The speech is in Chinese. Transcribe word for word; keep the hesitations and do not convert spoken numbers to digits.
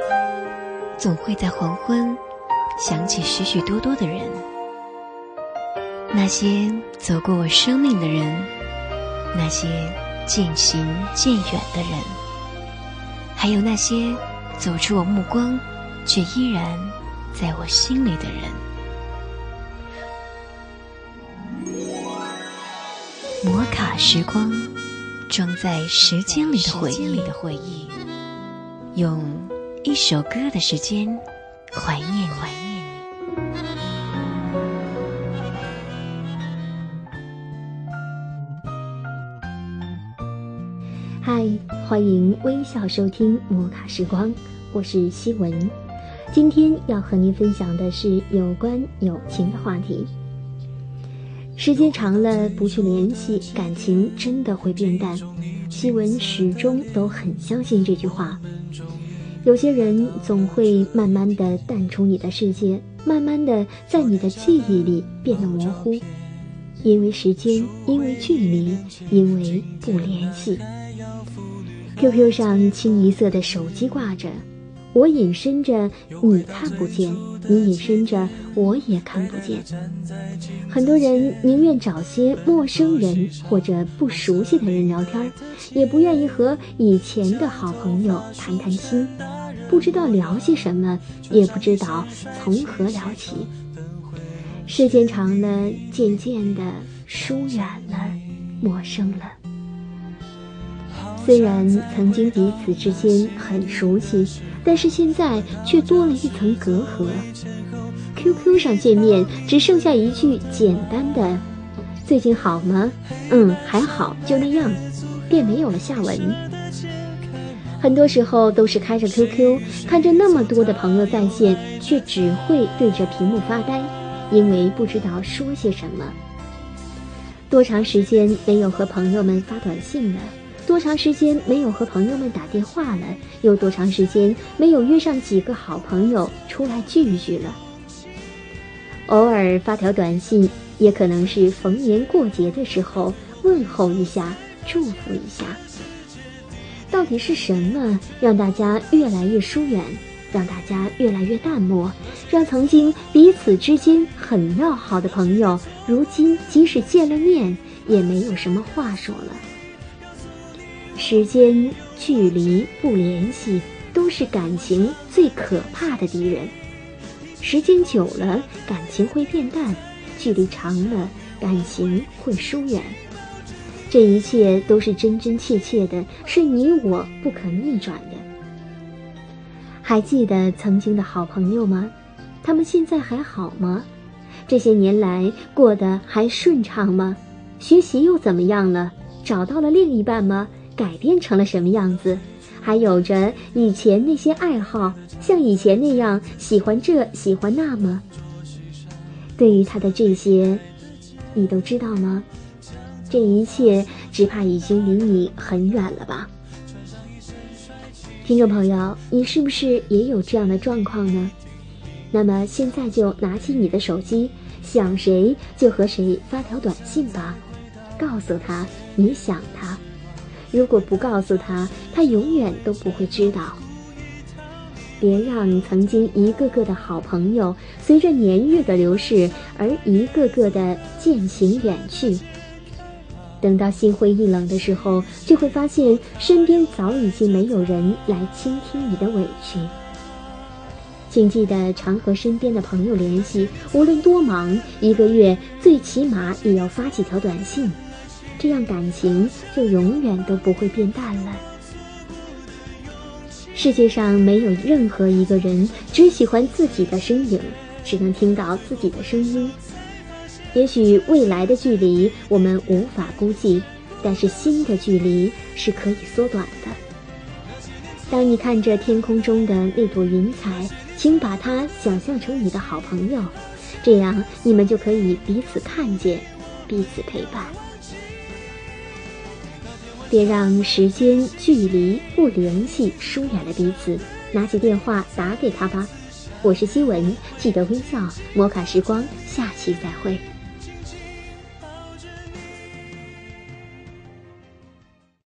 总会在黄昏想起许许多多的人，那些走过我生命的人，那些渐行渐远的人，还有那些走出我目光却依然在我心里的人。摩卡时光，装在时间里的回忆，用一首歌的时间怀念怀念你。 嗨，欢迎微笑收听摩卡时光，我是希文。今天要和您分享的是有关友情的话题。时间长了不去联系，感情真的会变淡。希文始终都很相信这句话。有些人总会慢慢的淡出你的世界，慢慢的在你的记忆里变得模糊，因为时间，因为距离，因为不联系。 Q Q 上清一色的手机挂着，我隐身着你看不见，你隐身着我也看不见。很多人宁愿找些陌生人或者不熟悉的人聊天，也不愿意和以前的好朋友谈谈心，不知道聊些什么，也不知道从何聊起。时间长了，渐渐的疏远了，陌生了。虽然曾经彼此之间很熟悉，但是现在却多了一层隔阂。Q Q 上见面只剩下一句简单的“最近好吗？嗯，还好，就那样”，便没有了下文。很多时候都是开着 Q Q， 看着那么多的朋友在线，却只会对着屏幕发呆，因为不知道说些什么。多长时间没有和朋友们发短信了？多长时间没有和朋友们打电话了？有多长时间没有约上几个好朋友出来聚一聚了？偶尔发条短信，也可能是逢年过节的时候问候一下，祝福一下。到底是什么让大家越来越疏远，让大家越来越淡漠，让曾经彼此之间很要好的朋友，如今即使见了面也没有什么话说了？时间、距离、不联系，都是感情最可怕的敌人。时间久了，感情会变淡；距离长了，感情会疏远。这一切都是真真切切的，是你我不可逆转的。还记得曾经的好朋友吗？他们现在还好吗？这些年来过得还顺畅吗？学习又怎么样了？找到了另一半吗？改变成了什么样子？还有着以前那些爱好，像以前那样喜欢这喜欢那吗？对于他的这些，你都知道吗？这一切只怕已经离你很远了吧。听众朋友，你是不是也有这样的状况呢？那么现在就拿起你的手机，想谁就和谁发条短信吧，告诉他你想他。如果不告诉他，他永远都不会知道。别让曾经一个个的好朋友随着年月的流逝而一个个的渐行远去。等到心灰意冷的时候，就会发现身边早已经没有人来倾听你的委屈。请记得常和身边的朋友联系，无论多忙，一个月最起码也要发几条短信，这样感情就永远都不会变淡了。世界上没有任何一个人只喜欢自己的身影，只能听到自己的声音。也许未来的距离我们无法估计，但是心的距离是可以缩短的。当你看着天空中的那朵云彩，请把它想象成你的好朋友，这样你们就可以彼此看见，彼此陪伴。别让时间、距离、不联系疏远了彼此，拿起电话打给他吧。我是希文，记得微笑，摩卡时光，下期再会。